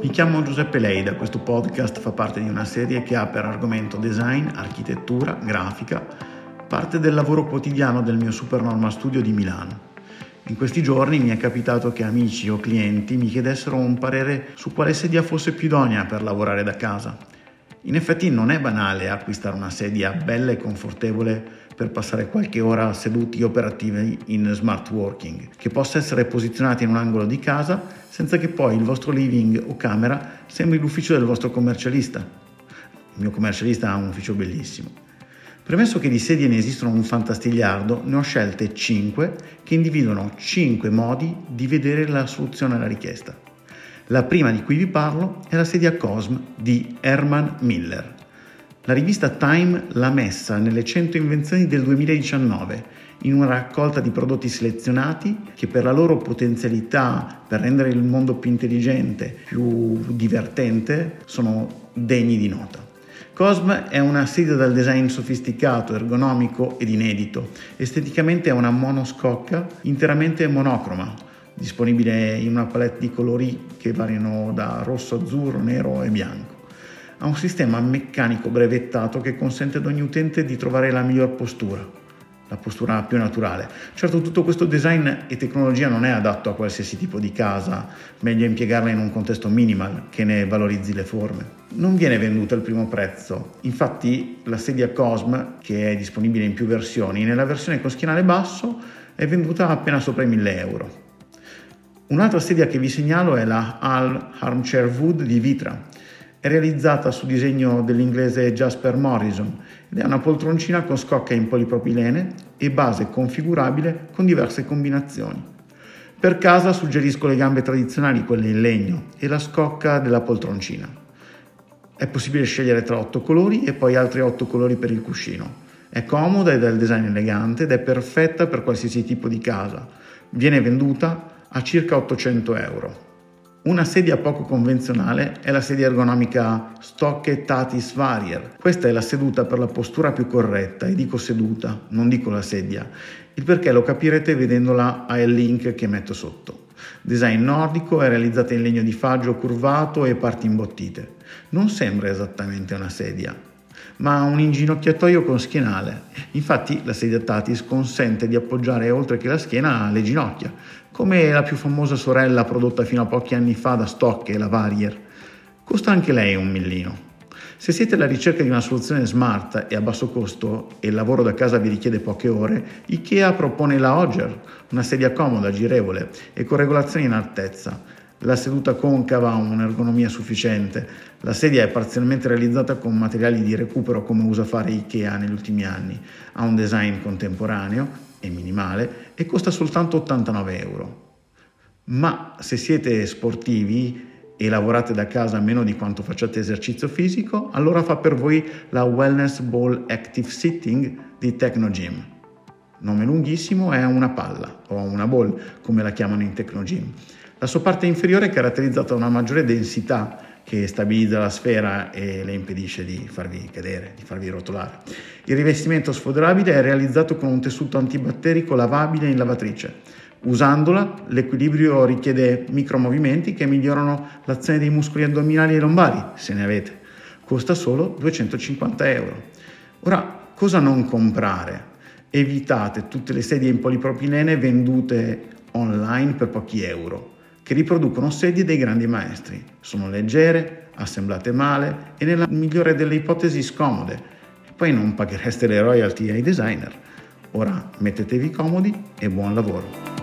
Mi chiamo Giuseppe Leida, questo podcast fa parte di una serie che ha per argomento design, architettura, grafica, parte del lavoro quotidiano del mio Supernormal Studio di Milano. In questi giorni mi è capitato che amici o clienti mi chiedessero un parere su quale sedia fosse più idonea per lavorare da casa. In effetti non è banale acquistare una sedia bella e confortevole per passare qualche ora seduti operativi in smart working, che possa essere posizionati in un angolo di casa senza che poi il vostro living o camera sembri l'ufficio del vostro commercialista. Il mio commercialista ha un ufficio bellissimo. Premesso che di sedie ne esistono un fantastigliardo, ne ho scelte 5 che individuano 5 modi di vedere la soluzione alla richiesta. La prima di cui vi parlo è la sedia Cosm di Herman Miller. La rivista Time l'ha messa nelle 100 invenzioni del 2019 in una raccolta di prodotti selezionati che per la loro potenzialità per rendere il mondo più intelligente, più divertente, sono degni di nota. Cosm è una sedia dal design sofisticato, ergonomico ed inedito. Esteticamente è una monoscocca interamente monocroma, disponibile in una palette di colori che variano da rosso, azzurro, nero e bianco. Ha un sistema meccanico brevettato che consente ad ogni utente di trovare la miglior postura, la postura più naturale. Certo, tutto questo design e tecnologia non è adatto a qualsiasi tipo di casa, meglio impiegarla in un contesto minimal che ne valorizzi le forme. Non viene venduta al primo prezzo, infatti la sedia Cosm, che è disponibile in più versioni, nella versione con schienale basso è venduta appena sopra i 1.000 euro. Un'altra sedia che vi segnalo è la Hall Armchair Wood di Vitra. È realizzata su disegno dell'inglese Jasper Morrison ed è una poltroncina con scocca in polipropilene e base configurabile con diverse combinazioni. Per casa suggerisco le gambe tradizionali, quelle in legno, e la scocca della poltroncina. È possibile scegliere tra 8 colori e poi altri 8 colori per il cuscino. È comoda ed ha il design elegante ed è perfetta per qualsiasi tipo di casa. Viene venduta a circa 800 euro. Una sedia poco convenzionale è la sedia ergonomica Stokke Tatis Varier. Questa è la seduta per la postura più corretta, e dico seduta, non dico la sedia. Il perché lo capirete vedendola al link che metto sotto. Design nordico, è realizzata in legno di faggio curvato e parti imbottite. Non sembra esattamente una sedia, ma un inginocchiatoio con schienale. Infatti la sedia Tatis consente di appoggiare oltre che la schiena le ginocchia, come la più famosa sorella prodotta fino a pochi anni fa da Stokke, la Varier. Costa anche lei un millino. Se siete alla ricerca di una soluzione smart e a basso costo e il lavoro da casa vi richiede poche ore, IKEA propone la Hogger, una sedia comoda, girevole e con regolazioni in altezza. La seduta concava ha un'ergonomia sufficiente. La sedia è parzialmente realizzata con materiali di recupero come usa fare IKEA negli ultimi anni. Ha un design contemporaneo e minimale e costa soltanto 89 euro. Ma se siete sportivi e lavorate da casa meno di quanto facciate esercizio fisico, allora fa per voi la Wellness Ball Active Sitting di Technogym. Nome lunghissimo, è una palla o una ball come la chiamano in Technogym. La sua parte inferiore è caratterizzata da una maggiore densità che stabilizza la sfera e le impedisce di farvi cadere, di farvi rotolare. Il rivestimento sfoderabile è realizzato con un tessuto antibatterico lavabile in lavatrice. Usandola, l'equilibrio richiede micromovimenti che migliorano l'azione dei muscoli addominali e lombari, se ne avete. Costa solo 250 euro. Ora, cosa non comprare? Evitate tutte le sedie in polipropilene vendute online per pochi euro, che riproducono sedie dei grandi maestri. Sono leggere, assemblate male e nella migliore delle ipotesi scomode. E poi non paghereste le royalty ai designer. Ora mettetevi comodi e buon lavoro.